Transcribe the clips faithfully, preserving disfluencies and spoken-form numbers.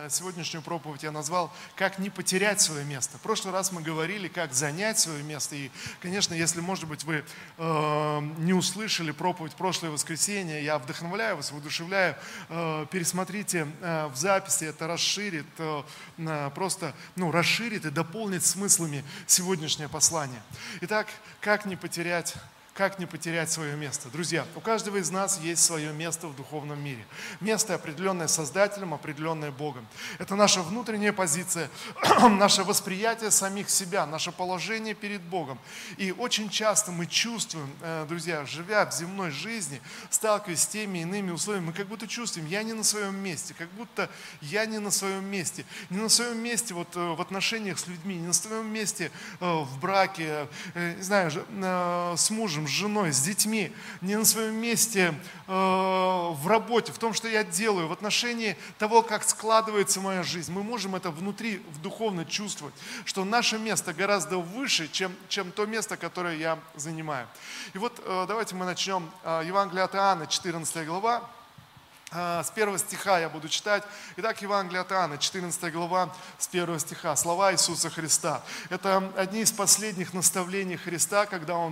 сегодняшнюю проповедь я назвал «Как не потерять свое место». В прошлый раз мы говорили, как занять свое место. И, конечно, если, может быть, вы э, не услышали проповедь прошлое воскресенье, я вдохновляю вас, воодушевляю, э, пересмотрите э, в записи, это расширит, э, просто ну, расширит и дополнит смыслами сегодняшнее послание. Итак, как не потерять Как не потерять свое место? Друзья, у каждого из нас есть свое место в духовном мире. Место, определенное Создателем, определенное Богом. Это наша внутренняя позиция, наше восприятие самих себя, наше положение перед Богом. И очень часто мы чувствуем, друзья, живя в земной жизни, сталкиваясь с теми иными условиями, мы как будто чувствуем, я не на своем месте, как будто я не на своем месте. Не на своем месте вот, в отношениях с людьми, не на своем месте в браке, не знаю, с мужем, с женой, с детьми, не на своем месте э, в работе, в том, что я делаю, в отношении того, как складывается моя жизнь. Мы можем это внутри духовно чувствовать, что наше место гораздо выше, чем, чем то место, которое я занимаю. И вот э, давайте мы начнем. Э, Евангелие от Иоанна, четырнадцатая глава. С первого стиха я буду читать. Итак, Евангелие от Иоанна, четырнадцатая глава, с первого стиха. Слова Иисуса Христа. Это одни из последних наставлений Христа, когда Он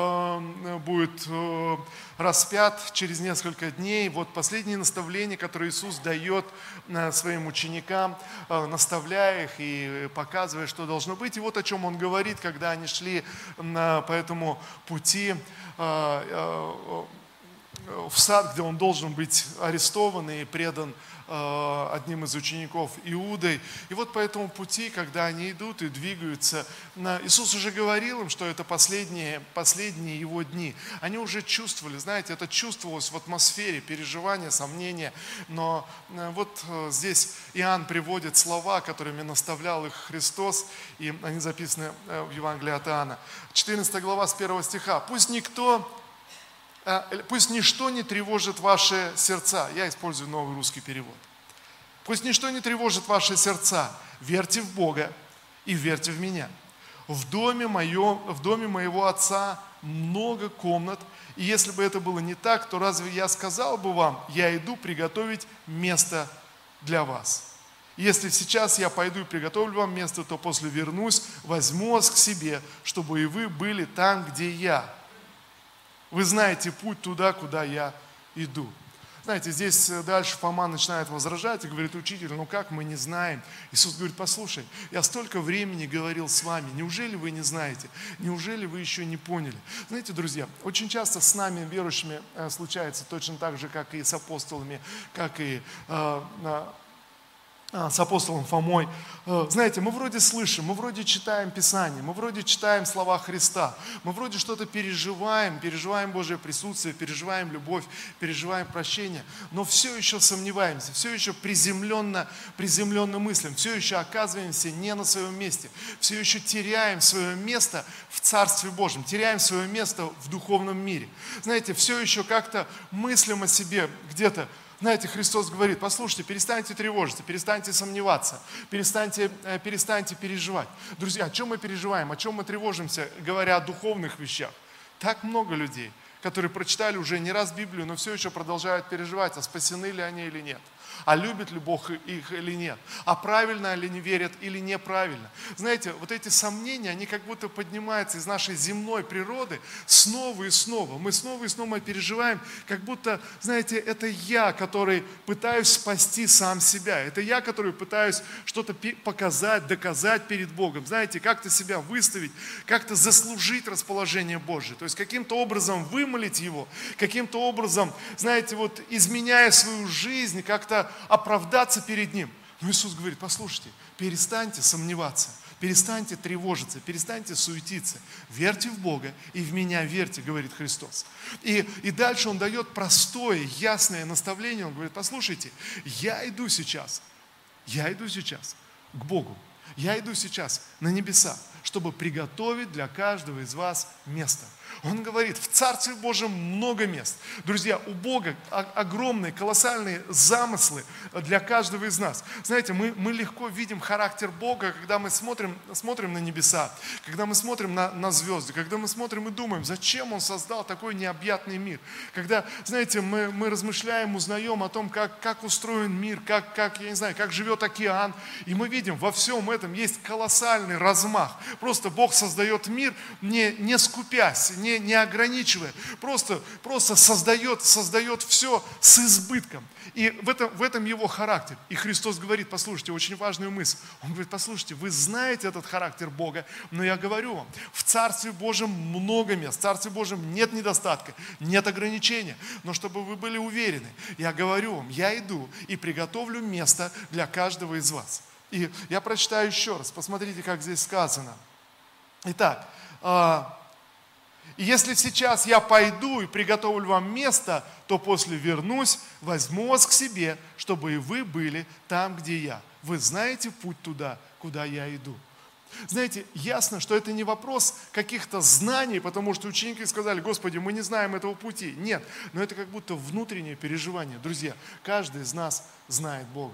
э, будет э, распят через несколько дней. Вот последние наставления, которые Иисус дает э, своим ученикам, э, наставляя их и показывая, что должно быть. И вот о чем Он говорит, когда они шли э, по этому пути э, э, в сад, где он должен быть арестован и предан э, одним из учеников Иудой. И вот по этому пути, когда они идут и двигаются, на... Иисус уже говорил им, что это последние, последние его дни. Они уже чувствовали, знаете, это чувствовалось в атмосфере переживания, сомнения. Но э, вот э, здесь Иоанн приводит слова, которыми наставлял их Христос, и они записаны э, в Евангелии от Иоанна. четырнадцатая глава с первого стиха. «Пусть никто Пусть ничто не тревожит ваши сердца». Я использую новый русский перевод. «Пусть ничто не тревожит ваши сердца. Верьте в Бога и верьте в меня. В доме, моем, в доме моего Отца много комнат. И если бы это было не так, то разве я сказал бы вам, я иду приготовить место для вас? Если сейчас я пойду и приготовлю вам место, то после вернусь, возьму вас к себе, чтобы и вы были там, где я. Вы знаете путь туда, куда я иду». Знаете, здесь дальше Фома начинает возражать и говорит: «Учитель, ну как мы не знаем?» Иисус говорит: «Послушай, я столько времени говорил с вами, неужели вы не знаете? Неужели вы еще не поняли?» Знаете, друзья, очень часто с нами, верующими, случается точно так же, как и с апостолами, как и э, с апостолом Фомой. Знаете, мы вроде слышим, мы вроде читаем Писание, мы вроде читаем слова Христа, мы вроде что-то переживаем, переживаем Божье присутствие, переживаем любовь, переживаем прощение, но все еще сомневаемся, все еще приземленно, приземленно мыслим, все еще оказываемся не на своем месте, все еще теряем свое место в Царстве Божьем, теряем свое место в духовном мире. Знаете, все еще как-то мыслим о себе где-то. Знаете, Христос говорит: послушайте, перестаньте тревожиться, перестаньте сомневаться, перестаньте, перестаньте переживать. Друзья, о чем мы переживаем, о чем мы тревожимся, говоря о духовных вещах? Так много людей, которые прочитали уже не раз Библию, но все еще продолжают переживать, а спасены ли они или нет. А любит ли Бог их или нет? А правильно ли они верят или неправильно? Знаете, вот эти сомнения, они как будто поднимаются из нашей земной природы снова и снова. Мы снова и снова переживаем, как будто, знаете, это я, который пытаюсь спасти сам себя. Это я, который пытаюсь что-то показать, доказать перед Богом. Знаете, как-то себя выставить, как-то заслужить расположение Божие. То есть каким-то образом вымолить Его, каким-то образом, знаете, вот изменяя свою жизнь, как-то оправдаться перед Ним. Но Иисус говорит: послушайте, перестаньте сомневаться, перестаньте тревожиться, перестаньте суетиться. Верьте в Бога и в Меня верьте, говорит Христос. И, и дальше Он дает простое, ясное наставление. Он говорит: послушайте, я иду сейчас, я иду сейчас к Богу. Я иду сейчас на небеса, чтобы приготовить для каждого из вас место. Он говорит, в Царстве Божьем много мест. Друзья, у Бога огромные, колоссальные замыслы для каждого из нас. Знаете, мы, мы легко видим характер Бога, когда мы смотрим, смотрим на небеса, когда мы смотрим на, на звезды, когда мы смотрим и думаем, зачем Он создал такой необъятный мир. Когда, знаете, мы, мы размышляем, узнаем о том, как, как устроен мир, как, как, я не знаю, как живет океан. И мы видим, во всем этом есть колоссальный размах. Просто Бог создает мир, не, не скупясь, не, не ограничивая, просто, просто создает, создает все с избытком. И в этом, в этом его характер. И Христос говорит, послушайте, очень важную мысль. Он говорит, послушайте, вы знаете этот характер Бога, но я говорю вам, в Царстве Божьем много мест, в Царстве Божьем нет недостатка, нет ограничения. Но чтобы вы были уверены, я говорю вам, я иду и приготовлю место для каждого из вас. И я прочитаю еще раз, посмотрите, как здесь сказано. Итак, и если сейчас я пойду и приготовлю вам место, то после вернусь, возьму вас к себе, чтобы и вы были там, где я. Вы знаете путь туда, куда я иду. Знаете, ясно, что это не вопрос каких-то знаний, потому что ученики сказали, Господи, мы не знаем этого пути. Нет, но это как будто внутреннее переживание. Друзья, каждый из нас знает Бога.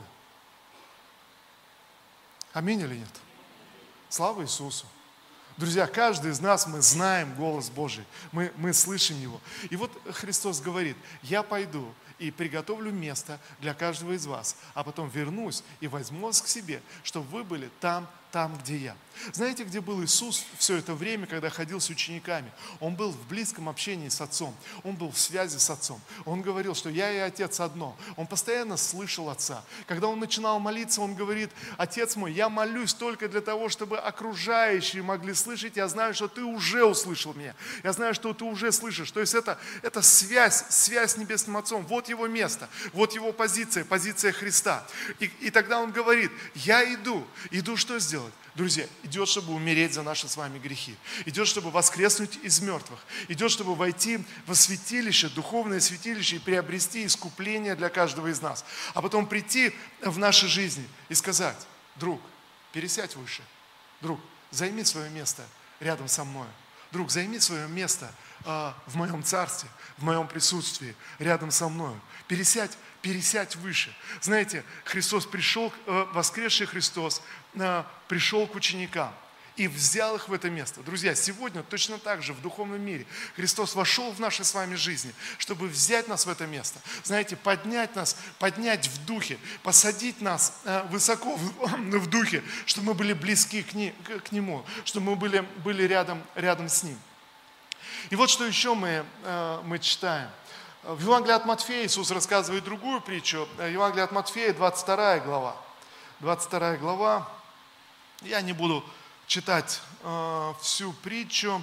Аминь или нет? Слава Иисусу. Друзья, каждый из нас, мы знаем голос Божий, мы, мы слышим Его. И вот Христос говорит, я пойду и приготовлю место для каждого из вас, а потом вернусь и возьму вас к себе, чтобы вы были там, там, где я. Знаете, где был Иисус все это время, когда ходил с учениками? Он был в близком общении с Отцом, Он был в связи с Отцом. Он говорил, что я и Отец одно. Он постоянно слышал Отца. Когда Он начинал молиться, Он говорит, Отец мой, я молюсь только для того, чтобы окружающие могли слышать. Я знаю, что Ты уже услышал меня. Я знаю, что Ты уже слышишь. То есть это, это связь, связь с Небесным Отцом. Вот Его место, вот Его позиция, позиция Христа. И, и тогда Он говорит, я иду. Иду что сделать? Друзья, идет, чтобы умереть за наши с вами грехи. Идет, чтобы воскреснуть из мертвых. Идет, чтобы войти во святилище, духовное святилище и приобрести искупление для каждого из нас. А потом прийти в нашей жизни и сказать, друг, пересядь выше. Друг, займи свое место рядом со мной. Друг, займи свое место э, в моем царстве, в моем присутствии, рядом со мной. Пересядь, пересядь выше. Знаете, Христос пришел, э, воскресший Христос, э, пришел к ученикам и взял их в это место. Друзья, сегодня точно так же в духовном мире Христос вошел в наши с вами жизни, чтобы взять нас в это место. Знаете, поднять нас, поднять в духе, посадить нас э, высоко в, в духе, чтобы мы были близки к, не, к Нему, чтобы мы были, были рядом, рядом с Ним. И вот что еще мы, э, мы читаем. В Евангелии от Матфея Иисус рассказывает другую притчу. Евангелие от Матфея, двадцать вторая глава. двадцать вторая глава. Я не буду читать э, всю притчу.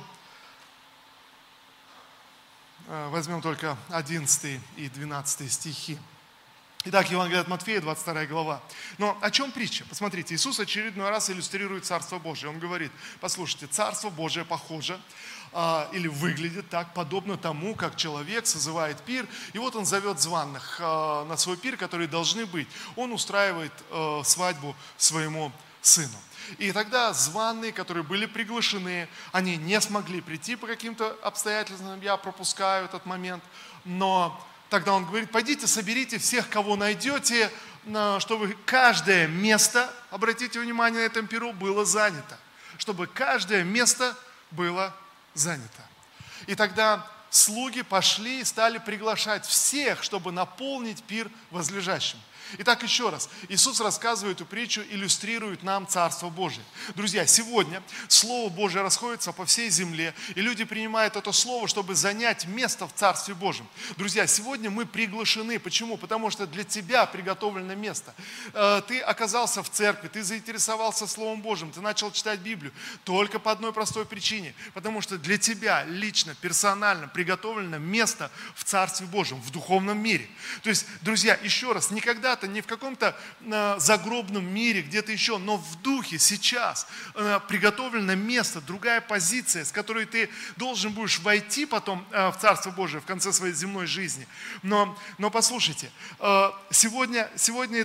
Э, возьмем только одиннадцатый и двенадцатый стихи. Итак, Евангелие от Матфея, двадцать вторая глава. Но о чем притча? Посмотрите, Иисус очередной раз иллюстрирует Царство Божие. Он говорит, послушайте, Царство Божие похоже а, или выглядит так, подобно тому, как человек созывает пир, и вот он зовет званых а, на свой пир, которые должны быть. Он устраивает а, свадьбу своему сыну. И тогда званые, которые были приглашены, они не смогли прийти по каким-то обстоятельствам, я пропускаю этот момент, но тогда он говорит, пойдите, соберите всех, кого найдете, чтобы каждое место, обратите внимание, на этом пиру было занято. Чтобы каждое место было занято. И тогда слуги пошли и стали приглашать всех, чтобы наполнить пир возлежащим. Итак, еще раз, Иисус рассказывает эту притчу, иллюстрирует нам Царство Божие. Друзья, сегодня Слово Божие расходится по всей земле, и люди принимают это Слово, чтобы занять место в Царстве Божьем. Друзья, сегодня мы приглашены. Почему? Потому что для тебя приготовлено место. Ты оказался в церкви, ты заинтересовался Словом Божьим, ты начал читать Библию только по одной простой причине. Потому что для тебя лично, персонально приготовлено место в Царстве Божьем, в духовном мире. То есть, друзья, еще раз, никогда не в каком-то э, загробном мире, где-то еще, но в духе сейчас э, приготовлено место, другая позиция, с которой ты должен будешь войти потом э, в Царство Божие в конце своей земной жизни. Но, но послушайте, э, сегодня, сегодня этот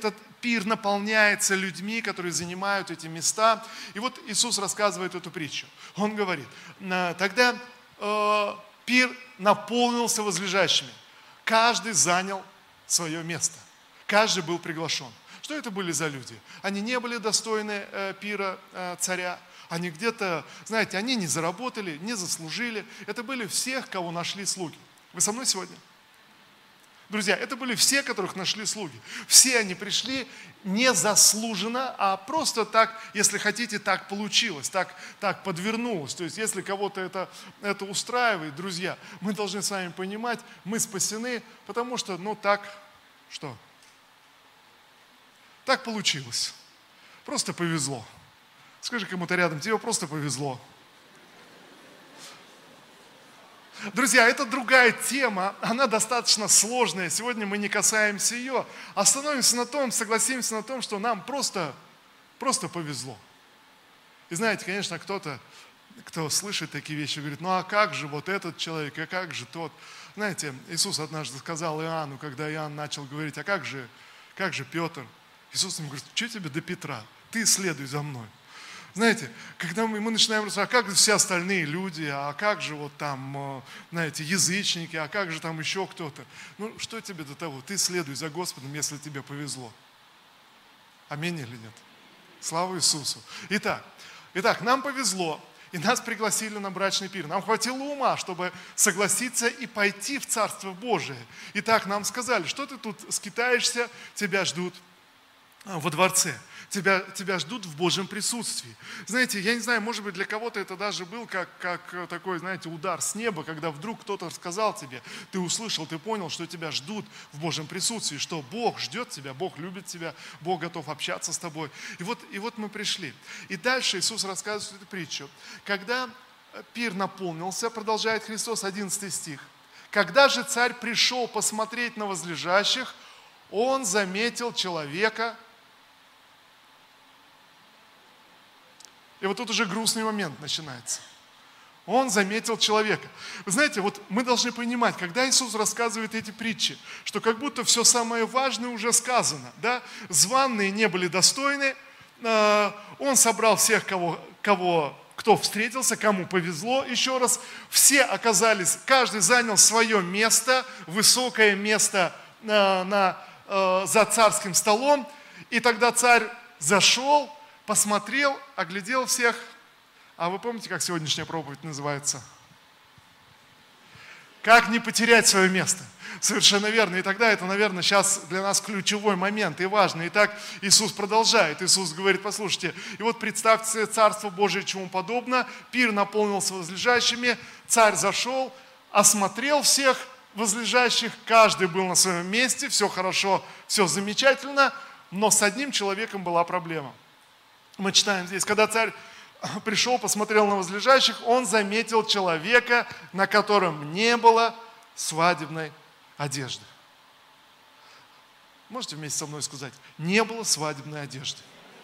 пир наполняется людьми, которые занимают эти места. И вот Иисус рассказывает эту притчу. Он говорит, тогда э, пир наполнился возлежащими. Каждый занял свое место. Каждый был приглашен. Что это были за люди? Они не были достойны э, пира э, царя. Они где-то, знаете, они не заработали, не заслужили. Это были всех, кого нашли слуги. Вы со мной сегодня? Друзья, это были все, которых нашли слуги. Все они пришли незаслуженно, а просто так, если хотите, так получилось, так, так подвернулось. То есть, если кого-то это, это устраивает, друзья, мы должны с вами понимать, мы спасены, потому что, ну так, что? Так получилось. Просто повезло. Скажи кому-то рядом, тебе просто повезло. Друзья, это другая тема, она достаточно сложная. Сегодня мы не касаемся ее. Остановимся на том, согласимся на том, что нам просто, просто повезло. И знаете, конечно, кто-то, кто слышит такие вещи, говорит, ну а как же вот этот человек, а как же тот? Знаете, Иисус однажды сказал Иоанну, когда Иоанн начал говорить, а как же, как же Петр? Иисус ему говорит, что тебе до Петра? Ты следуй за мной. Знаете, когда мы, мы начинаем рассуждать, а как же все остальные люди, а как же вот там, знаете, язычники, а как же там еще кто-то. Ну, что тебе до того? Ты следуй за Господом, если тебе повезло. Аминь или нет? Слава Иисусу. Итак, итак, нам повезло, и нас пригласили на брачный пир. Нам хватило ума, чтобы согласиться и пойти в Царство Божие. Итак, нам сказали, что ты тут скитаешься, тебя ждут во дворце. Тебя, тебя ждут в Божьем присутствии. Знаете, я не знаю, может быть, для кого-то это даже был как, как такой, знаете, удар с неба, когда вдруг кто-то сказал тебе, ты услышал, ты понял, что тебя ждут в Божьем присутствии, что Бог ждет тебя, Бог любит тебя, Бог готов общаться с тобой. И вот, и вот мы пришли. И дальше Иисус рассказывает эту притчу. Когда пир наполнился, продолжает Христос, одиннадцатый стих, когда же царь пришел посмотреть на возлежащих, он заметил человека. И вот тут уже грустный момент начинается. Он заметил человека. Вы знаете, вот мы должны понимать, когда Иисус рассказывает эти притчи, что как будто все самое важное уже сказано. Да? Званые не были достойны. Он собрал всех, кого, кого, кто встретился, кому повезло. Еще раз, все оказались, каждый занял свое место, высокое место на, на, за царским столом. И тогда царь зашел, посмотрел, оглядел всех. А вы помните, как сегодняшняя проповедь называется? Как не потерять свое место? Совершенно верно. И тогда это, наверное, сейчас для нас ключевой момент и важный. Итак, Иисус продолжает. Иисус говорит, послушайте, и вот представьте себе Царство Божие, чему подобно. Пир наполнился возлежащими, царь зашел, осмотрел всех возлежащих, каждый был на своем месте, все хорошо, все замечательно, но с одним человеком была проблема. Мы читаем здесь, когда царь пришел, посмотрел на возлежащих, он заметил человека, на котором не было свадебной одежды. Можете вместе со мной сказать, не было свадебной одежды.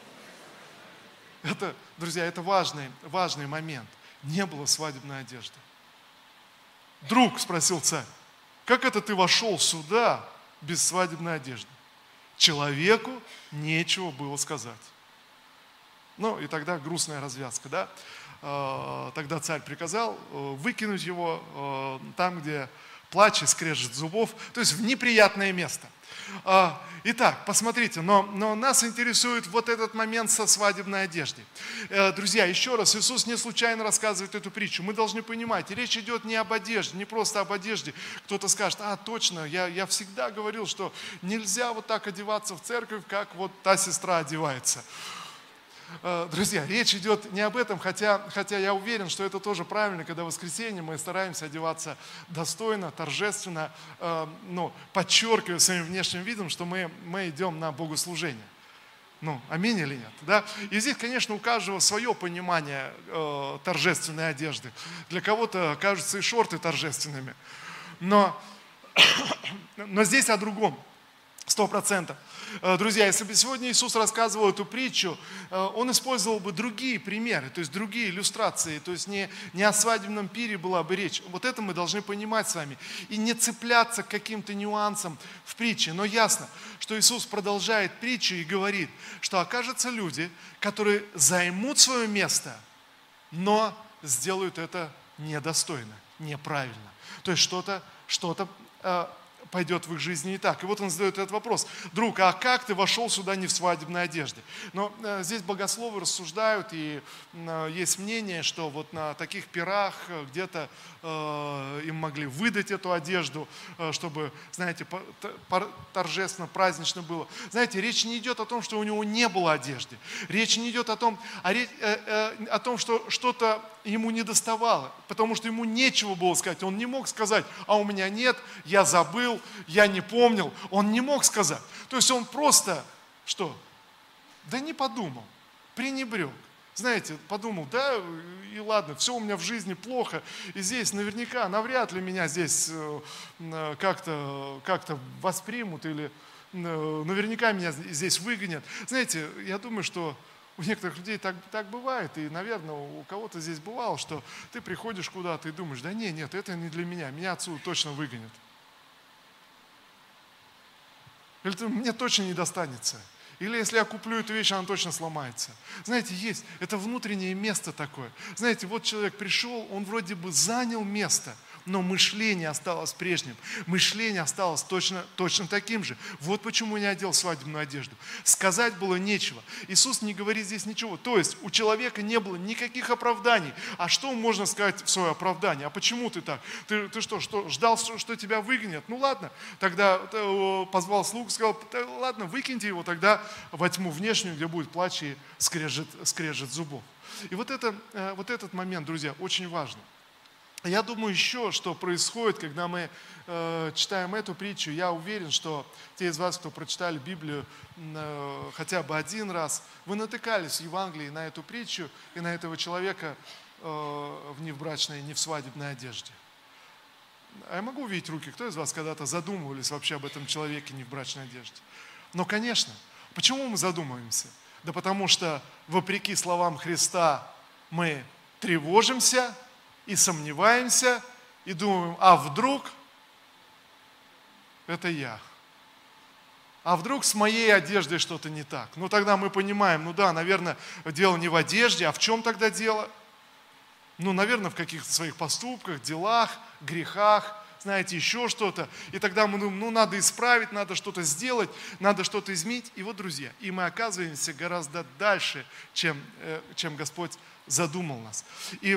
Это, друзья, это важный, важный момент. Не было свадебной одежды. Друг, спросил царь, как это ты вошел сюда без свадебной одежды? Человеку нечего было сказать. Ну, и тогда грустная развязка, да? Тогда царь приказал выкинуть его там, где плач и скрежет зубов, то есть в неприятное место. Итак, посмотрите, но, но нас интересует вот этот момент со свадебной одеждой. Друзья, еще раз, Иисус не случайно рассказывает эту притчу. Мы должны понимать, речь идет не об одежде, не просто об одежде. Кто-то скажет, а, точно, я, я всегда говорил, что нельзя вот так одеваться в церковь, как вот та сестра одевается. Друзья, речь идет не об этом, хотя, хотя я уверен, что это тоже правильно, когда в воскресенье мы стараемся одеваться достойно, торжественно, э, ну, подчеркивая своим внешним видом, что мы, мы идем на богослужение. Ну, аминь или нет? Да? И здесь, конечно, у каждого свое понимание э, торжественной одежды. Для кого-то кажутся и шорты торжественными. Но, но здесь о другом. Сто процентов. Друзья, если бы сегодня Иисус рассказывал эту притчу, Он использовал бы другие примеры, то есть другие иллюстрации, то есть не, не о свадебном пире была бы речь. Вот это мы должны понимать с вами. И не цепляться к каким-то нюансам в притче. Но ясно, что Иисус продолжает притчу и говорит, что окажутся люди, которые займут свое место, но сделают это недостойно, неправильно. То есть что-то, что-то пойдет в их жизни не так. И вот он задает этот вопрос. Друг, а как ты вошел сюда не в свадебной одежде? Но э, здесь богословы рассуждают, и э, есть мнение, что вот на таких пирах где-то э, им могли выдать эту одежду, э, чтобы, знаете, по, по, торжественно, празднично было. Знаете, речь не идет о том, что у него не было одежды. Речь не идет о том, о, э, э, о том, что что-то ему не доставало, потому что ему нечего было сказать. Он не мог сказать, а у меня нет, я забыл, я не помнил. Он не мог сказать. То есть он просто, что? Да не подумал, пренебрег. Знаете, подумал, да и ладно, все у меня в жизни плохо, и здесь наверняка, навряд ли меня здесь как-то, как-то воспримут, или наверняка меня здесь выгонят. Знаете, я думаю, что у некоторых людей так, так бывает, и, наверное, у кого-то здесь бывало, что ты приходишь куда-то и думаешь, да нет, нет, это не для меня, меня отсюда точно выгонят. Или ты, мне точно не достанется. Или если я куплю эту вещь, она точно сломается. Знаете, есть, это внутреннее место такое. Знаете, вот человек пришел, он вроде бы занял место, но мышление осталось прежним. Мышление осталось точно, точно таким же. Вот почему я не одел свадебную одежду. Сказать было нечего. Иисус не говорит здесь ничего. То есть у человека не было никаких оправданий. А что можно сказать в свое оправдание? А почему ты так? Ты, ты что, что, ждал, что, что тебя выгонят? Ну ладно. Тогда позвал слуг, сказал, ладно, выкиньте его тогда во тьму внешнюю, где будет плач и скрежет, скрежет зубов. И вот, это, вот этот момент, друзья, очень важный. Я думаю еще, что происходит, когда мы э, читаем эту притчу. Я уверен, что те из вас, кто прочитали Библию э, хотя бы один раз, вы натыкались в Евангелии на эту притчу и на этого человека э, в не в брачной, не в свадебной одежде. А я могу увидеть руки, кто из вас когда-то задумывались вообще об этом человеке не в брачной одежде? Но, конечно, почему мы задумываемся? Да потому что, вопреки словам Христа, мы тревожимся и сомневаемся, и думаем, а вдруг это я? А вдруг с моей одеждой что-то не так? Ну тогда мы понимаем, ну да, наверное, дело не в одежде, а в чем тогда дело? Ну, наверное, в каких-то своих поступках, делах, грехах, знаете, еще что-то. И тогда мы думаем, ну надо исправить, надо что-то сделать, надо что-то изменить. И вот, друзья, и мы оказываемся гораздо дальше, чем, чем Господь задумал нас. И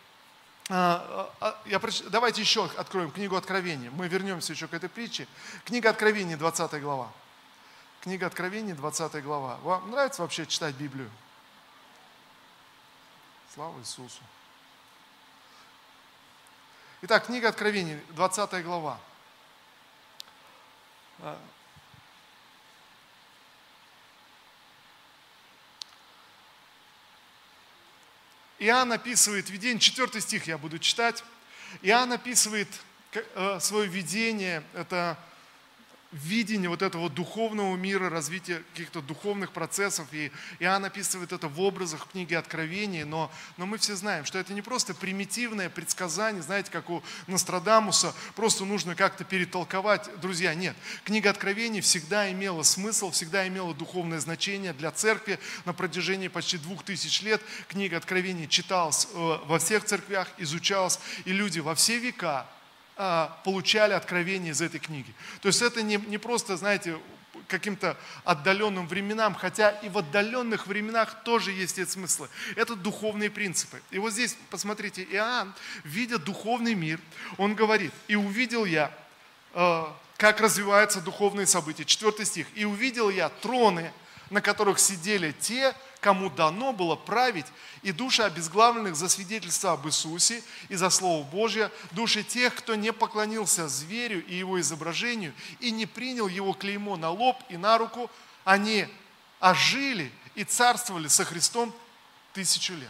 Я, давайте еще откроем книгу Откровения. Мы вернемся еще к этой притче. Книга Откровения, двадцатая глава. Книга Откровения, двадцатая глава. Вам нравится вообще читать Библию? Слава Иисусу. Итак, книга Откровения, двадцатая глава. Иоанн описывает видение, четвертый стих я буду читать. Иоанн описывает свое видение, это видение вот этого духовного мира, развития каких-то духовных процессов. И Иоанн описывает это в образах в книге Откровения, но, но мы все знаем, что это не просто примитивное предсказание, знаете, как у Нострадамуса, просто нужно как-то перетолковать. Друзья, нет. Книга Откровения всегда имела смысл, всегда имела духовное значение для церкви на протяжении почти двух тысяч лет. Книга Откровения читалась во всех церквях, изучалась, и люди во все века получали откровение из этой книги. То есть это не, не просто, знаете, каким-то отдаленным временам, хотя и в отдаленных временах тоже есть эти смыслы. Это духовные принципы. И вот здесь, посмотрите, Иоанн, видя духовный мир, он говорит, и увидел я, как развиваются духовные события. Четвертый стих. И увидел я троны, на которых сидели те, кому дано было править, и души обезглавленных за свидетельство об Иисусе и за Слово Божье, души тех, кто не поклонился зверю и его изображению, и не принял его клеймо на лоб и на руку, они ожили и царствовали со Христом тысячу лет.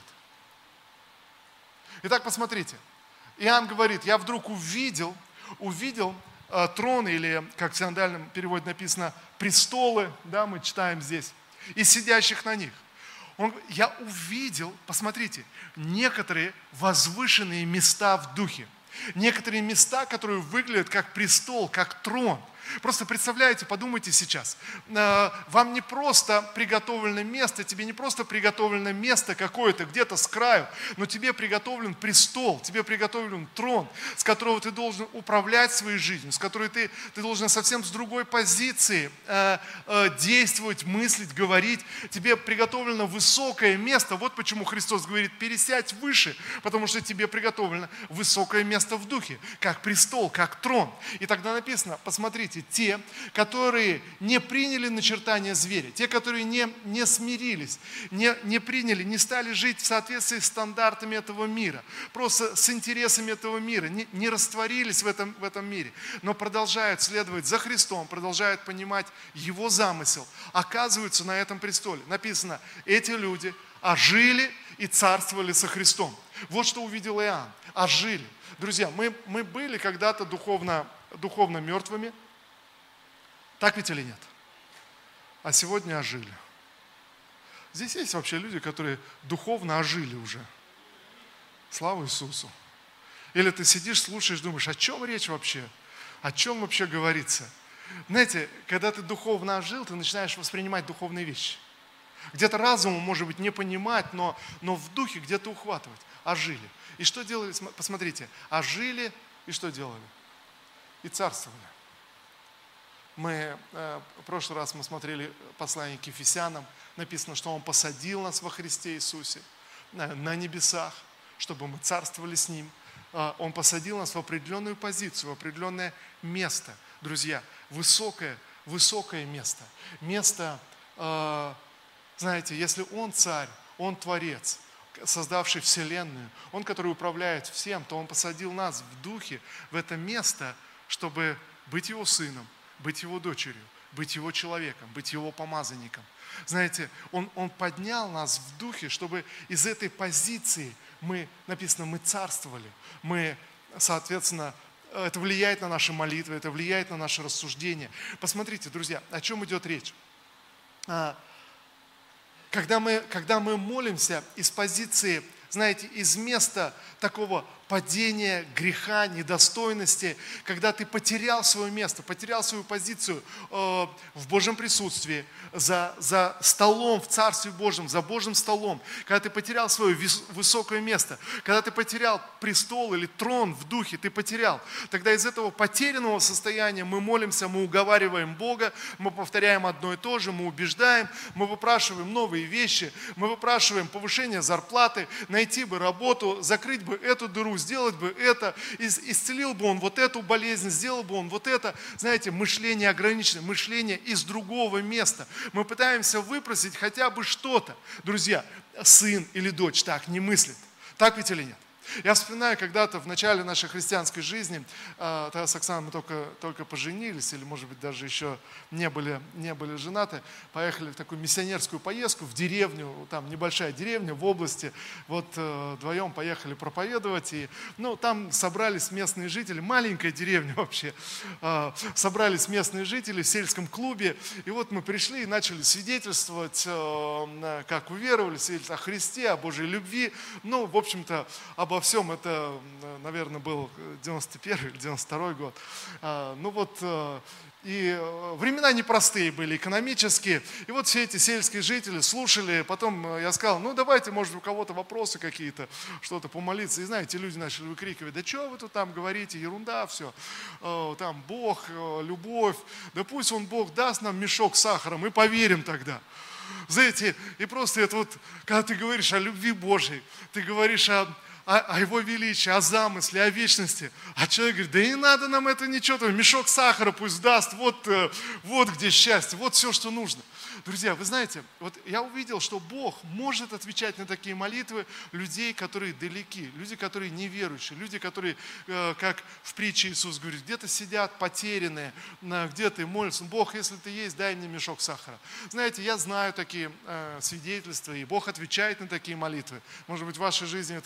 Итак, посмотрите, Иоанн говорит, я вдруг увидел, увидел э, трон, или, как в синодальном переводе написано, престолы, да, мы читаем здесь, и сидящих на них. Он, я увидел, посмотрите, некоторые возвышенные места в духе. Некоторые места, которые выглядят как престол, как трон. Просто представляете, подумайте сейчас. Вам не просто приготовлено место, тебе не просто приготовлено место какое-то где-то с краю, но тебе приготовлен престол, тебе приготовлен трон, с которого ты должен управлять своей жизнью, с которой ты, ты должен совсем с другой позиции э, э, действовать, мыслить, говорить. Тебе приготовлено высокое место. Вот почему Христос говорит: пересядь выше, потому что тебе приготовлено высокое место в духе, как престол, как трон. И тогда написано, посмотрите, те, которые не приняли начертания зверя, те, которые не, не смирились, не, не приняли, не стали жить в соответствии с стандартами этого мира, просто с интересами этого мира, не, не растворились в этом, в этом мире, но продолжают следовать за Христом, продолжают понимать Его замысел, оказываются на этом престоле. Написано, эти люди ожили и царствовали со Христом. Вот что увидел Иоанн. Ожили. Друзья, мы, мы были когда-то духовно, духовно мертвыми. Так ведь или нет? А сегодня ожили. Здесь есть вообще люди, которые духовно ожили уже. Слава Иисусу. Или ты сидишь, слушаешь, думаешь, о чем речь вообще? О чем вообще говорится? Знаете, когда ты духовно ожил, ты начинаешь воспринимать духовные вещи. Где-то разумом, может быть, не понимать, но, но в духе где-то ухватывать. Ожили. И что делали? Посмотрите. Ожили и что делали? И царствовали. Мы, в прошлый раз мы смотрели послание к Ефесянам, написано, что Он посадил нас во Христе Иисусе на небесах, чтобы мы царствовали с Ним. Он посадил нас в определенную позицию, в определенное место. Друзья, высокое, высокое место. Место, знаете, если Он царь, Он творец, создавший вселенную, Он, который управляет всем, то Он посадил нас в духе в это место, чтобы быть Его сыном, быть Его дочерью, быть Его человеком, быть Его помазанником. Знаете, Он, Он поднял нас в духе, чтобы из этой позиции мы, написано, мы царствовали. Мы, соответственно, это влияет на наши молитвы, это влияет на наше рассуждение. Посмотрите, друзья, о чем идет речь. Когда мы, когда мы молимся из позиции, знаете, из места такого падения, греха, недостойности, когда ты потерял свое место, потерял свою позицию э, в Божьем присутствии, за, за столом в Царстве Божьем, за Божьим столом, когда ты потерял свое вис, высокое место, когда ты потерял престол или трон в духе, ты потерял, тогда из этого потерянного состояния мы молимся, мы уговариваем Бога, мы повторяем одно и то же, мы убеждаем, мы выпрашиваем новые вещи, мы выпрашиваем повышение зарплаты, найти бы работу, закрыть бы эту дыру, сделать бы это, исцелил бы он вот эту болезнь, сделал бы он вот это. Знаете, мышление ограничено, мышление из другого места. Мы пытаемся выпросить хотя бы что-то. Друзья, сын или дочь так не мыслит. Так ведь или нет? Я вспоминаю, когда-то в начале нашей христианской жизни, тогда с Оксаной мы только, только поженились, или, может быть, даже еще не были, не были женаты, поехали в такую миссионерскую поездку в деревню, там небольшая деревня в области, вот вдвоем поехали проповедовать, и ну, там собрались местные жители, маленькая деревня вообще, собрались местные жители в сельском клубе, и вот мы пришли и начали свидетельствовать, как уверовали, свидетельствовать о Христе, о Божьей любви, ну, в общем-то, обо всем. Это, наверное, был девяносто первый или девяносто второй год. Ну вот, и времена непростые были, экономические. И вот все эти сельские жители слушали. Потом я сказал, ну давайте, может, у кого-то вопросы какие-то, что-то помолиться. И знаете, люди начали выкрикивать, да что вы тут там говорите, ерунда все. Там Бог, любовь. Да пусть Он, Бог, даст нам мешок с сахаром, и поверим тогда. Знаете, и просто это вот, когда ты говоришь о любви Божьей, ты говоришь о О, о Его величии, о замысле, о вечности. А человек говорит, да не надо нам это ничего, мешок сахара пусть даст, вот, вот где счастье, вот все, что нужно. Друзья, вы знаете, вот я увидел, что Бог может отвечать на такие молитвы людей, которые далеки, люди, которые неверующие, люди, которые, как в притче Иисус говорит, где-то сидят потерянные, где-то и молятся, Бог, если ты есть, дай мне мешок сахара. Знаете, я знаю такие свидетельства, и Бог отвечает на такие молитвы. Может быть, в вашей жизни это был не мешок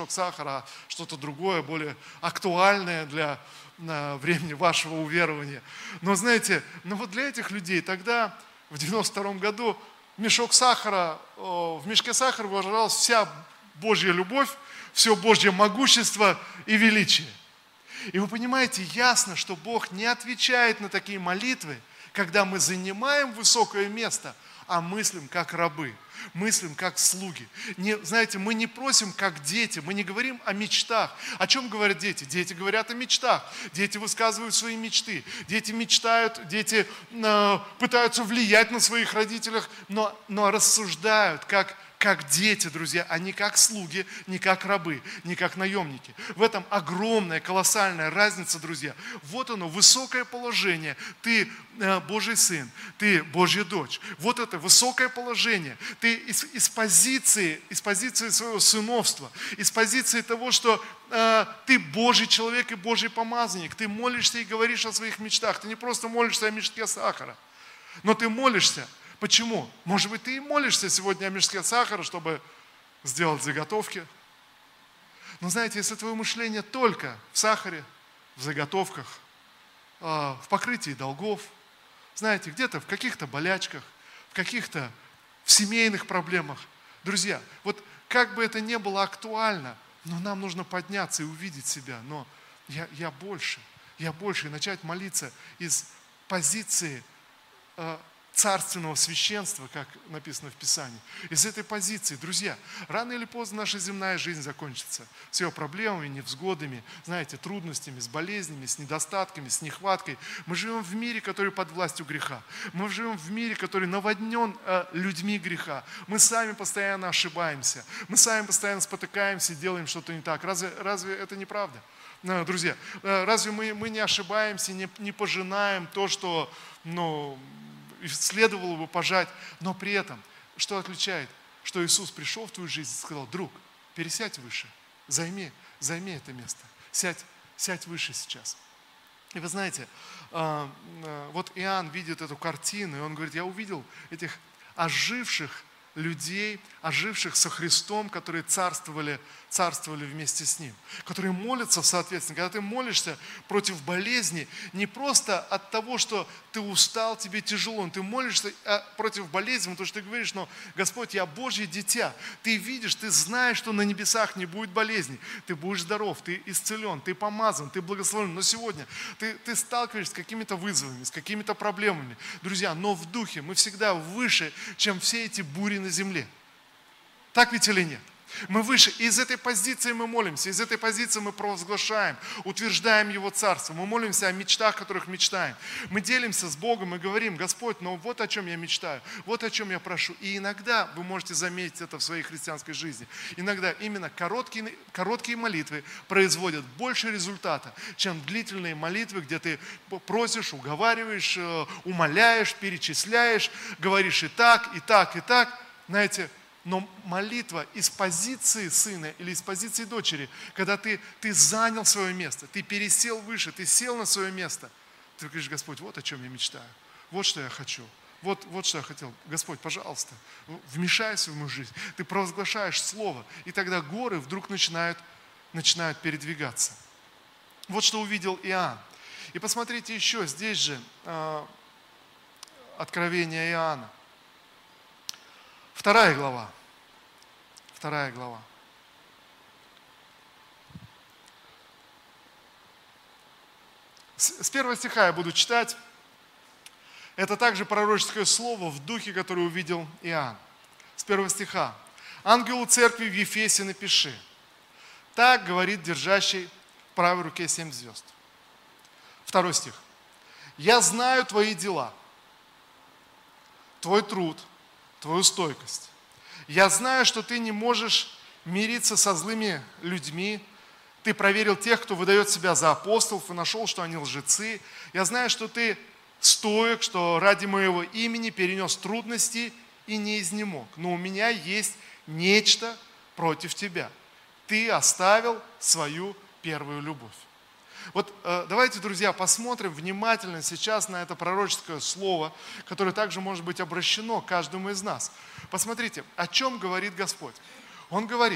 мешок сахара, а что-то другое, более актуальное для времени вашего уверования. Но знаете, ну вот для этих людей тогда, в девяносто втором году, мешок сахара, в мешке сахара выражалась вся Божья любовь, все Божье могущество и величие. И вы понимаете, ясно, что Бог не отвечает на такие молитвы, когда мы занимаем высокое место, а мыслим как рабы, мыслим как слуги. Не, знаете, мы не просим как дети, мы не говорим о мечтах. О чем говорят дети? Дети говорят о мечтах. Дети высказывают свои мечты. Дети мечтают, дети э, пытаются влиять на своих родителей, но, но рассуждают как как дети, друзья, а не как слуги, не как рабы, не как наемники. В этом огромная, колоссальная разница, друзья. Вот оно, высокое положение. Ты э, Божий сын, ты Божья дочь. Вот это высокое положение. Ты из, из, позиции, из позиции своего сыновства, из позиции того, что э, ты Божий человек и Божий помазанник. Ты молишься и говоришь о своих мечтах. Ты не просто молишься о мешке сахара, но ты молишься. Почему? Может быть, ты и молишься сегодня о мешке сахара, чтобы сделать заготовки. Но знаете, если твое мышление только в сахаре, в заготовках, в покрытии долгов, знаете, где-то в каких-то болячках, в каких-то в семейных проблемах. Друзья, вот как бы это ни было актуально, но нам нужно подняться и увидеть себя. Но я, я больше, я больше, и начать молиться из позиции царственного священства, как написано в Писании. Из этой позиции, друзья, рано или поздно наша земная жизнь закончится. С ее проблемами, невзгодами, знаете, трудностями, с болезнями, с недостатками, с нехваткой. Мы живем в мире, который под властью греха. Мы живем в мире, который наводнен э, людьми греха. Мы сами постоянно ошибаемся. Мы сами постоянно спотыкаемся и делаем что-то не так. Разве, разве это не правда? Друзья, разве мы, мы не ошибаемся, не, не пожинаем то, что, ну, следовало бы пожать, но при этом, что отличает, что Иисус пришел в твою жизнь и сказал: друг, пересядь выше, займи, займи это место, сядь, сядь выше сейчас. И вы знаете, вот Иоанн видит эту картину, и он говорит: я увидел этих оживших людей, оживших со Христом, которые царствовали, царствовали вместе с Ним, которые молятся соответственно. Когда ты молишься против болезни, не просто от того, что ты устал, тебе тяжело, ты молишься против болезни, потому что ты говоришь: но, Господь, я Божье дитя, ты видишь, ты знаешь, что на небесах не будет болезни, ты будешь здоров, ты исцелен, ты помазан, ты благословен, но сегодня ты, ты сталкиваешься с какими-то вызовами, с какими-то проблемами. Друзья, но в духе мы всегда выше, чем все эти бури на земле. Так ведь или нет? Мы выше. И из этой позиции мы молимся, из этой позиции мы провозглашаем, утверждаем Его Царство. Мы молимся о мечтах, которых мечтаем. Мы делимся с Богом и говорим: Господь, ну вот о чем я мечтаю, вот о чем я прошу. И иногда, вы можете заметить это в своей христианской жизни, иногда именно короткие, короткие молитвы производят больше результата, чем длительные молитвы, где ты просишь, уговариваешь, умоляешь, перечисляешь, говоришь и так, и так, и так. Знаете, но молитва из позиции сына или из позиции дочери, когда ты, ты занял свое место, ты пересел выше, ты сел на свое место, ты говоришь: Господь, вот о чем я мечтаю, вот что я хочу, вот, вот что я хотел. Господь, пожалуйста, вмешайся в мою жизнь. Ты провозглашаешь слово, и тогда горы вдруг начинают, начинают передвигаться. Вот что увидел Иоанн. И посмотрите еще, здесь же э, Откровение Иоанна. Вторая глава. Вторая глава. С первого стиха я буду читать. Это также пророческое слово в духе, которое увидел Иоанн. С первого стиха. Ангелу церкви в Ефесе напиши: так говорит держащий в правой руке семь звезд. Второй стих. Я знаю твои дела, твой труд, твою стойкость. Я знаю, что ты не можешь мириться со злыми людьми. Ты проверил тех, кто выдает себя за апостолов, и нашел, что они лжецы. Я знаю, что ты стоек, что ради моего имени перенес трудности и не изнемог. Но у меня есть нечто против тебя. Ты оставил свою первую любовь. Вот э, давайте, друзья, посмотрим внимательно сейчас на это пророческое слово, которое также может быть обращено к каждому из нас. Посмотрите, о чем говорит Господь. Он говорит: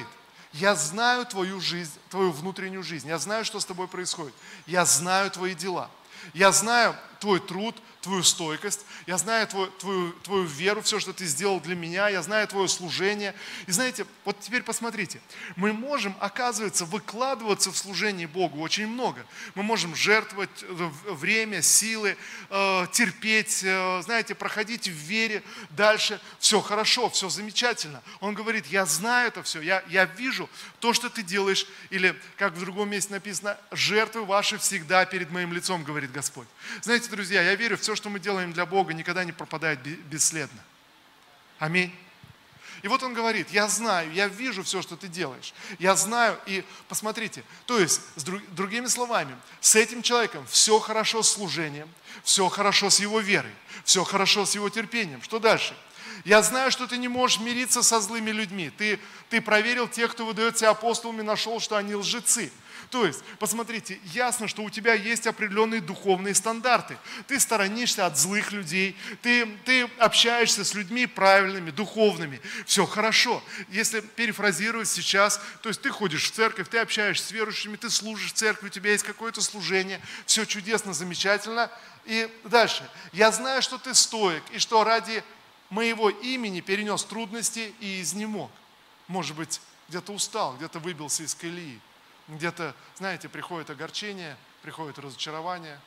Я знаю твою жизнь, твою внутреннюю жизнь. Я знаю, что с тобой происходит. Я знаю твои дела. Я знаю твой труд, твою стойкость. Я знаю твою, твою, твою веру, все, что ты сделал для меня. Я знаю твое служение. И знаете, вот теперь посмотрите. Мы можем, оказывается, выкладываться в служении Богу очень много. Мы можем жертвовать время, силы, э, терпеть, э, знаете, проходить в вере дальше. Все хорошо, все замечательно. Он говорит, я знаю это все, я, я вижу то, что ты делаешь. Или, как в другом месте написано, жертвы ваши всегда перед моим лицом, говорит Господь. Знаете, друзья, я верю, все, что мы делаем для Бога, никогда не пропадает бесследно. Аминь. И вот он говорит, я знаю, я вижу все, что ты делаешь. Я знаю, и посмотрите, то есть, с друг, другими словами, с этим человеком все хорошо с служением, все хорошо с его верой, все хорошо с его терпением. Что дальше? Я знаю, что ты не можешь мириться со злыми людьми. Ты, ты проверил тех, кто выдает себя апостолами, нашел, что они лжецы. То есть, посмотрите, ясно, что у тебя есть определенные духовные стандарты. Ты сторонишься от злых людей, ты, ты общаешься с людьми правильными, духовными. Все хорошо. Если перефразировать сейчас, то есть ты ходишь в церковь, ты общаешься с верующими, ты служишь в церкви, у тебя есть какое-то служение. Все чудесно, замечательно. И дальше. Я знаю, что ты стоек, и что ради моего имени перенес трудности и изнемог. Может быть, где-то устал, где-то выбился из колеи. Где-то, знаете, приходит огорчение, приходит разочарование.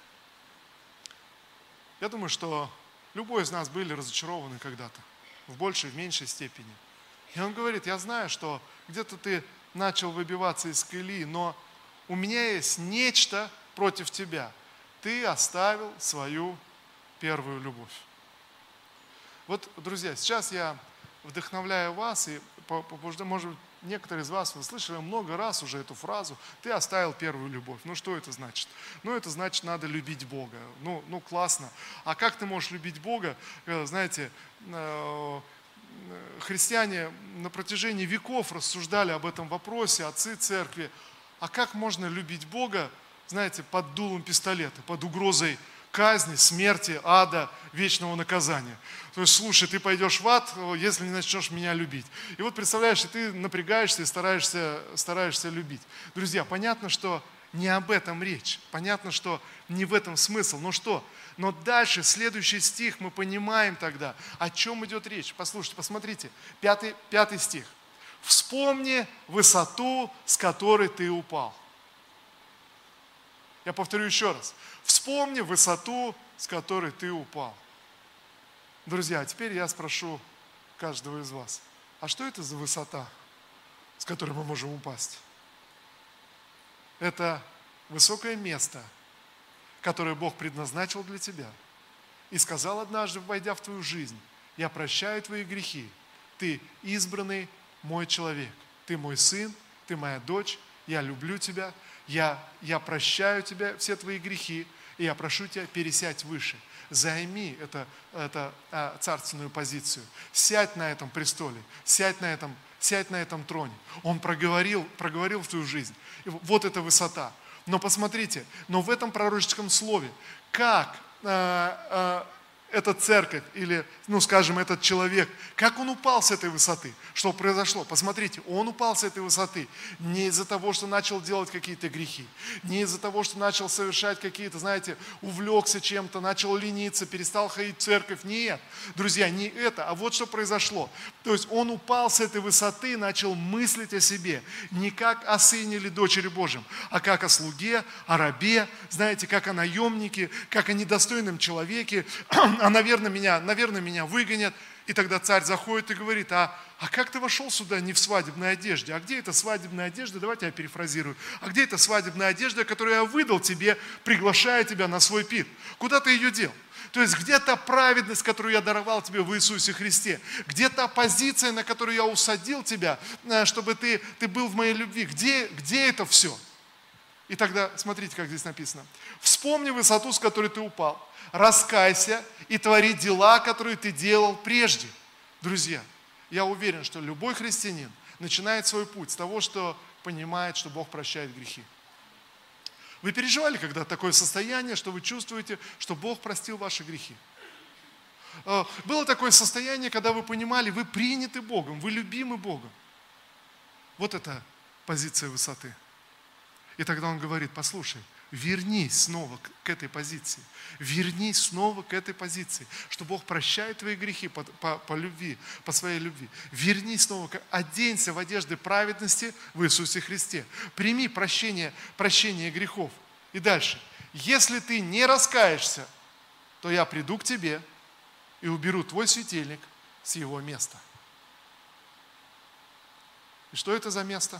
Я думаю, что любой из нас были разочарованы когда-то, в большей, в меньшей степени. И он говорит, я знаю, что где-то ты начал выбиваться из колеи, но у меня есть нечто против тебя. Ты оставил свою первую любовь. Вот, друзья, сейчас я вдохновляю вас, и, может быть, некоторые из вас, вы слышали много раз уже эту фразу, ты оставил первую любовь. Ну, что это значит? Ну, это значит, надо любить Бога. Ну, ну классно. А как ты можешь любить Бога? Знаете, христиане на протяжении веков рассуждали об этом вопросе, отцы церкви. А как можно любить Бога, знаете, под дулом пистолета, под угрозой казни, смерти, ада, вечного наказания. То есть, слушай, ты пойдешь в ад, если не начнешь меня любить. И вот представляешь, ты напрягаешься и стараешься, стараешься любить. Друзья, понятно, что не об этом речь. Понятно, что не в этом смысл. Но что? Но дальше, следующий стих, мы понимаем тогда, о чем идет речь. Послушайте, посмотрите, пятый, пятый стих. «Вспомни высоту, с которой ты упал». Я повторю еще раз. Вспомни высоту, с которой ты упал. Друзья, а теперь я спрошу каждого из вас, а что это за высота, с которой мы можем упасть? Это высокое место, которое Бог предназначил для тебя. И сказал однажды, войдя в твою жизнь, я прощаю твои грехи. Ты избранный мой человек. Ты мой сын, ты моя дочь, я люблю тебя. Я, я прощаю тебя, все твои грехи, и я прошу тебя, пересядь выше. Займи это, это, а, царственную позицию. Сядь на этом престоле, сядь на этом, сядь на этом троне. Он проговорил, проговорил в твою жизнь. И вот эта высота. Но посмотрите, но в этом пророческом слове, как а, а, эта церковь или, ну скажем, этот человек, как он упал с этой высоты? Что произошло? Посмотрите, он упал с этой высоты не из-за того, что начал делать какие-то грехи, не из-за того, что начал совершать какие-то, знаете, увлекся чем-то, начал лениться, перестал ходить в церковь. Нет, друзья, не это, а вот что произошло. То есть он упал с этой высоты и начал мыслить о себе не как о сыне или дочери Божьем, а как о слуге, о рабе, знаете, как о наемнике, как о недостойном человеке. А, наверное, меня, наверное, меня выгонят. И тогда царь заходит и говорит, а, а как ты вошел сюда не в свадебной одежде? А где эта свадебная одежда? Давайте я перефразирую. А где эта свадебная одежда, которую я выдал тебе, приглашая тебя на свой пир? Куда ты ее дел? То есть где та праведность, которую я даровал тебе в Иисусе Христе? Где та позиция, на которую я усадил тебя, чтобы ты, ты был в моей любви? Где, где это все? И тогда, смотрите, как здесь написано. Вспомни высоту, с которой ты упал. Раскайся и твори дела, которые ты делал прежде. Друзья, я уверен, что любой христианин начинает свой путь с того, что понимает, что Бог прощает грехи. Вы переживали когда такое состояние, что вы чувствуете, что Бог простил ваши грехи? Было такое состояние, когда вы понимали, вы приняты Богом, вы любимы Богом. Вот это позиция высоты. И тогда он говорит: послушай, вернись снова к этой позиции. Вернись снова к этой позиции, что Бог прощает твои грехи по, по, по любви, по своей любви. Вернись снова, оденься в одежды праведности в Иисусе Христе. Прими прощение, прощение грехов. И дальше. Если ты не раскаешься, то я приду к тебе и уберу твой светильник с его места. И что это за место?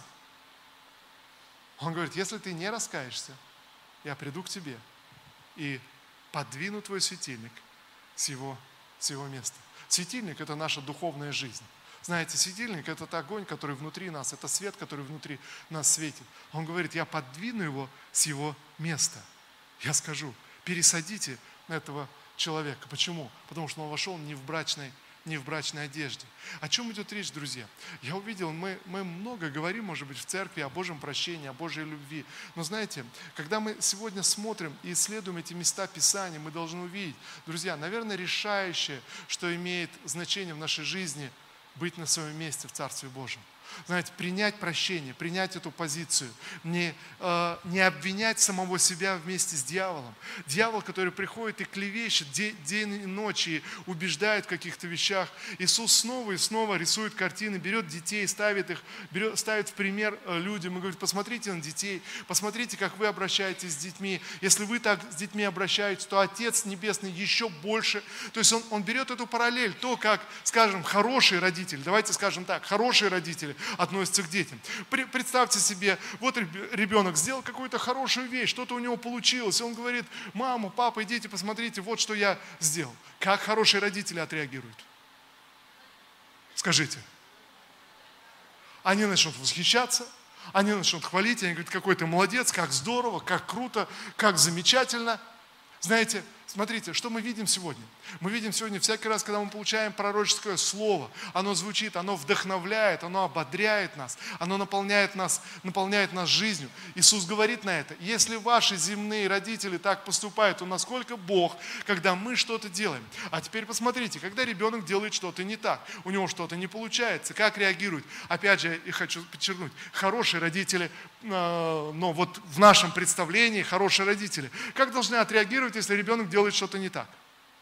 Он говорит: если ты не раскаешься, я приду к тебе и подвину твой светильник с его, с его места. Светильник – это наша духовная жизнь. Знаете, светильник – это тот огонь, который внутри нас, это свет, который внутри нас светит. Он говорит: я подвину его с его места. Я скажу: пересадите этого человека. Почему? Потому что он вошел не в брачной не в брачной одежде. О чем идет речь, друзья? Я увидел, мы, мы много говорим, может быть, в церкви о Божьем прощении, о Божьей любви. Но знаете, когда мы сегодня смотрим и исследуем эти места Писания, мы должны увидеть, друзья, наверное, решающее, что имеет значение в нашей жизни, быть на своем месте в Царстве Божьем. Знаете, принять прощение, принять эту позицию, не, э, не обвинять самого себя вместе с дьяволом. Дьявол, который приходит и клевещет день, день и ночь, и убеждает в каких-то вещах. Иисус снова и снова рисует картины, берет детей, ставит их, берет, ставит в пример людям и говорит: посмотрите на детей, посмотрите, как вы обращаетесь с детьми. Если вы так с детьми обращаетесь, то Отец Небесный еще больше. То есть он, он берет эту параллель, то, как, скажем, хорошие родители, давайте скажем так, хорошие родители относятся к детям. Представьте себе, вот ребенок сделал какую-то хорошую вещь, что-то у него получилось, и он говорит: мама, папа, идите, посмотрите, вот что я сделал. Как хорошие родители отреагируют? Скажите. Они начнут восхищаться, они начнут хвалить, они говорят: какой ты молодец, как здорово, как круто, как замечательно. Знаете, смотрите, что мы видим сегодня? Мы видим сегодня всякий раз, когда мы получаем пророческое слово, оно звучит, оно вдохновляет, оно ободряет нас, оно наполняет нас, наполняет нас жизнью. Иисус говорит на это: если ваши земные родители так поступают, то насколько Бог, когда мы что-то делаем? А теперь посмотрите, когда ребенок делает что-то не так, у него что-то не получается, как реагирует? Опять же, я хочу подчеркнуть, хорошие родители, но вот в нашем представлении хорошие родители, как должны отреагировать, если ребенок делает что-то не так?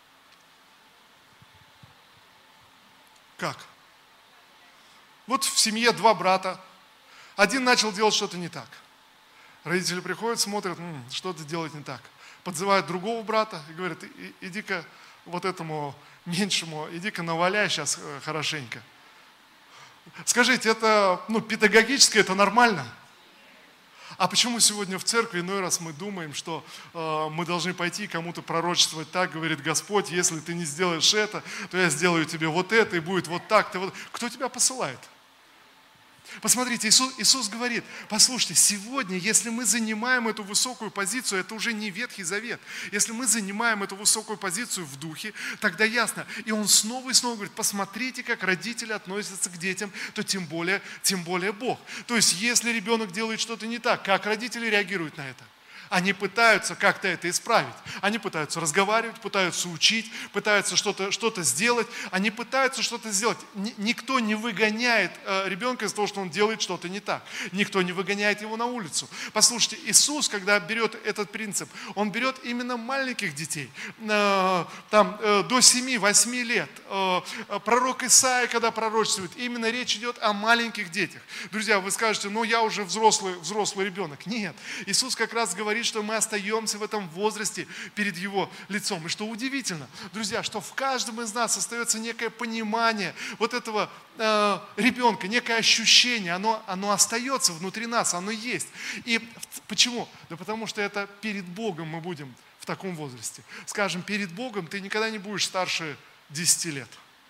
Как? Вот в семье два брата. Один начал делать что-то не так. Родители приходят, смотрят: м-м, что-то делать не так. Подзывают другого брата и говорят: иди-ка вот этому меньшему, иди-ка наваляй сейчас хорошенько. Скажите, это ну, педагогически это нормально? А почему сегодня в церкви иной раз мы думаем, что э, мы должны пойти кому-то пророчествовать так, говорит Господь: если ты не сделаешь это, то я сделаю тебе вот это, и будет вот так. Ты вот... Кто тебя посылает? Посмотрите, Иисус, Иисус говорит: послушайте, сегодня, если мы занимаем эту высокую позицию, это уже не Ветхий Завет. Если мы занимаем эту высокую позицию в духе, тогда ясно. И Он снова и снова говорит: посмотрите, как родители относятся к детям, то тем более, тем более Бог. То есть, если ребенок делает что-то не так, как родители реагируют на это? Они пытаются как-то это исправить. Они пытаются разговаривать, пытаются учить, пытаются что-то, что-то сделать. Они пытаются что-то сделать. Никто не выгоняет ребенка из-за того, что он делает что-то не так. Никто не выгоняет его на улицу. Послушайте, Иисус, когда берет этот принцип, Он берет именно маленьких детей, там, до семи-восьми лет. Пророк Исаия, когда пророчествует, именно речь идет о маленьких детях. Друзья, вы скажете: ну я уже взрослый, взрослый ребенок. Нет, Иисус как раз говорит, что мы остаемся в этом возрасте перед Его лицом. И что удивительно, друзья, что в каждом из нас остается некое понимание вот этого э, ребенка, некое ощущение, оно, оно остается внутри нас, оно есть. И почему? Да потому что это перед Богом мы будем в таком возрасте. Скажем, перед Богом ты никогда не будешь старше десяти лет.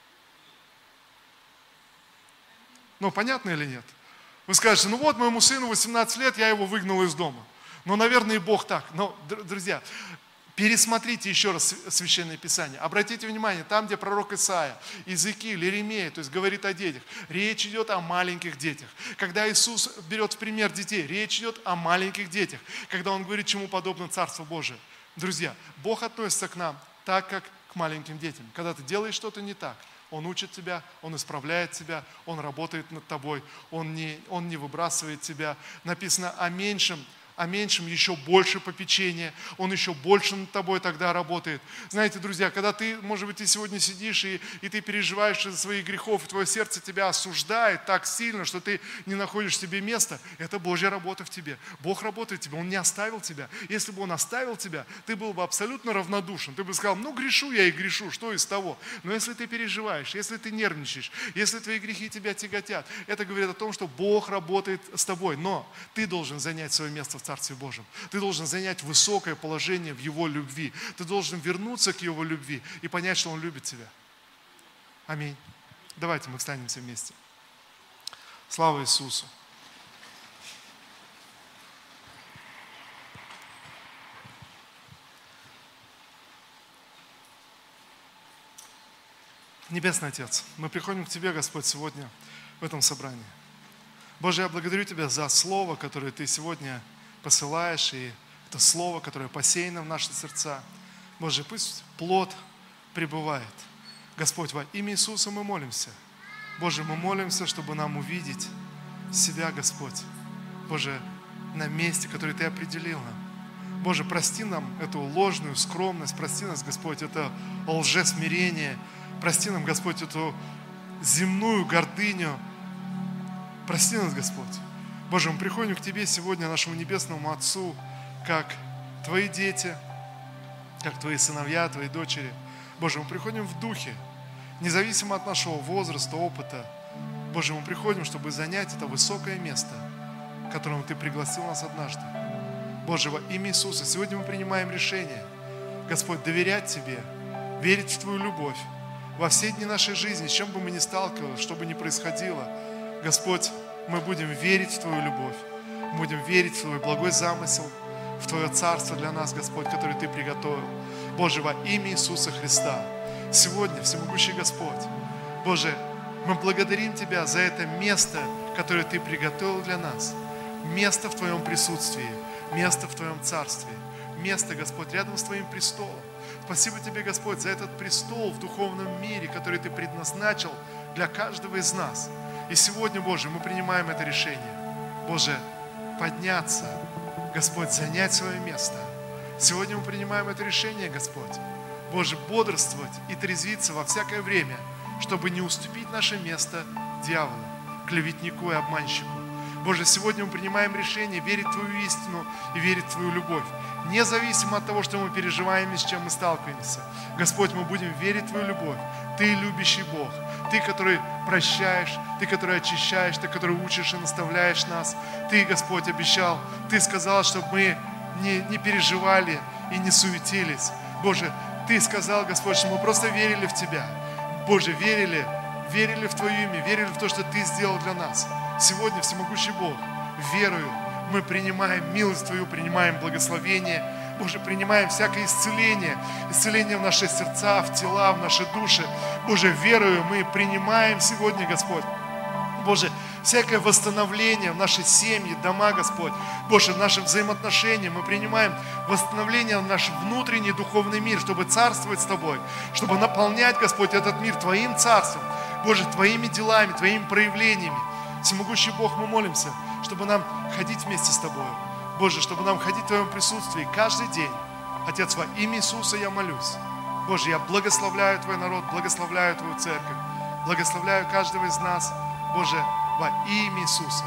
Ну, понятно или нет? Вы скажете: ну вот моему сыну восемнадцать лет, я его выгнал из дома. Ну, наверное, и Бог так. Но, друзья, пересмотрите еще раз Священное Писание. Обратите внимание, там, где пророк Исаия, Иезекииль, Иеремия, то есть говорит о детях, речь идет о маленьких детях. Когда Иисус берет в пример детей, речь идет о маленьких детях. Когда Он говорит, чему подобно Царство Божие. Друзья, Бог относится к нам так, как к маленьким детям. Когда ты делаешь что-то не так, Он учит тебя, Он исправляет тебя, Он работает над тобой, Он не, Он не выбрасывает тебя. Написано о меньшем, о меньшем еще больше попечения, Он еще больше над тобой тогда работает. Знаете, друзья, когда ты, может быть, ты сегодня сидишь и, и ты переживаешь из-за своих грехов, и твое сердце тебя осуждает так сильно, что ты не находишь себе места, это Божья работа в тебе. Бог работает в тебе, Он не оставил тебя. Если бы Он оставил тебя, ты был бы абсолютно равнодушен. Ты бы сказал, ну грешу я и грешу, что из того? Но если ты переживаешь, если ты нервничаешь, если твои грехи тебя тяготят, это говорит о том, что Бог работает с тобой. Но ты должен занять свое место в Царстве Божьем. Ты должен занять высокое положение в Его любви. Ты должен вернуться к Его любви и понять, что Он любит тебя. Аминь. Давайте мы встанем все вместе. Слава Иисусу. Небесный Отец, мы приходим к Тебе, Господь, сегодня в этом собрании. Боже, я благодарю Тебя за Слово, которое Ты сегодня посылаешь, и это Слово, которое посеяно в наши сердца. Боже, пусть плод пребывает. Господь, во имя Иисуса мы молимся. Боже, мы молимся, чтобы нам увидеть себя, Господь, Боже, на месте, которое Ты определил нам. Боже, прости нам эту ложную скромность, прости нас, Господь, это лжесмирение, прости нам, Господь, эту земную гордыню. Прости нас, Господь. Боже, мы приходим к Тебе сегодня, нашему Небесному Отцу, как Твои дети, как Твои сыновья, Твои дочери. Боже, мы приходим в духе, независимо от нашего возраста, опыта. Боже, мы приходим, чтобы занять это высокое место, к которому Ты пригласил нас однажды. Боже, во имя Иисуса, сегодня мы принимаем решение, Господь, доверять Тебе, верить в Твою любовь во все дни нашей жизни, с чем бы мы ни сталкивались, что бы ни происходило. Господь, мы будем верить в Твою любовь, мы будем верить в Твой благой замысел, в Твое Царство для нас, Господь, которое Ты приготовил. Боже, во имя Иисуса Христа, сегодня, всемогущий Господь, Боже, мы благодарим Тебя за это место, которое Ты приготовил для нас. Место в Твоем присутствии, место в Твоем Царстве, место, Господь, рядом с Твоим престолом. Спасибо Тебе, Господь, за этот престол в духовном мире, который Ты предназначил для каждого из нас. И сегодня, Боже, мы принимаем это решение. Боже, подняться, Господь, занять свое место. Сегодня мы принимаем это решение, Господь. Боже, бодрствовать и трезвиться во всякое время, чтобы не уступить наше место дьяволу, клеветнику и обманщику. Боже, сегодня мы принимаем решение верить в Твою истину и верить в Твою любовь. Независимо от того, что мы переживаем и с чем мы сталкиваемся. Господь, мы будем верить в Твою любовь. Ты любящий Бог. Ты, который прощаешь, Ты, который очищаешь, Ты, который учишь и наставляешь нас. Ты, Господь, обещал, Ты сказал, чтобы мы не, не переживали и не суетились. Боже, Ты сказал, Господь, что мы просто верили в Тебя. Боже, верили, верили в Твое имя, верили в то, что Ты сделал для нас. Сегодня, всемогущий Бог, верою мы принимаем милость Твою, принимаем благословение. Боже, принимаем всякое исцеление, исцеление в наши сердца, в тела, в наши души. Боже, верою мы принимаем сегодня, Господь, Боже, всякое восстановление в нашей семье, дома, Господь. Боже, в наших взаимоотношениях мы принимаем восстановление в наш внутренний духовный мир, чтобы царствовать с Тобой, чтобы наполнять, Господь, этот мир Твоим царством, Боже, Твоими делами, Твоими проявлениями. Всемогущий Бог, мы молимся, чтобы нам ходить вместе с Тобой. Боже, чтобы нам ходить в Твоем присутствии каждый день. Отец, во имя Иисуса я молюсь. Боже, я благословляю Твой народ, благословляю Твою церковь, благословляю каждого из нас, Боже, во имя Иисуса.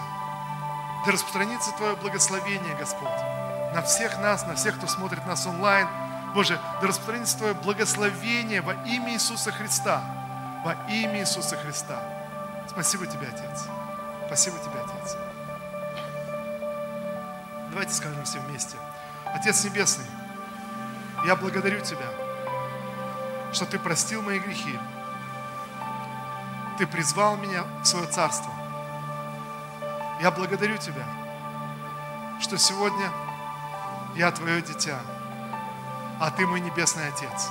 Да распространится Твое благословение, Господь, на всех нас, на всех, кто смотрит нас онлайн. Боже, да распространится Твое благословение во имя Иисуса Христа, во имя Иисуса Христа. Спасибо Тебе, Отец. Спасибо Тебе, Отец. Давайте скажем все вместе. Отец Небесный, я благодарю Тебя, что Ты простил мои грехи. Ты призвал меня в свое царство. Я благодарю Тебя, что сегодня я Твое дитя, а Ты мой Небесный Отец.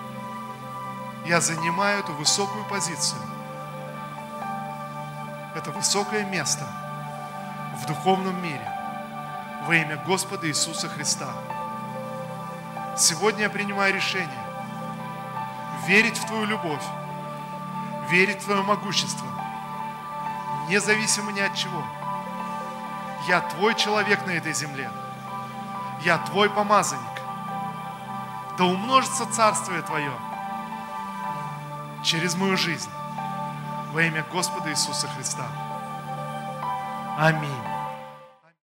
Я занимаю эту высокую позицию, это высокое место в духовном мире во имя Господа Иисуса Христа. Сегодня я принимаю решение верить в Твою любовь, верить в Твое могущество, независимо ни от чего. Я Твой человек на этой земле. Я Твой помазанник. Да умножится Царствие Твое через мою жизнь во имя Господа Иисуса Христа. Аминь.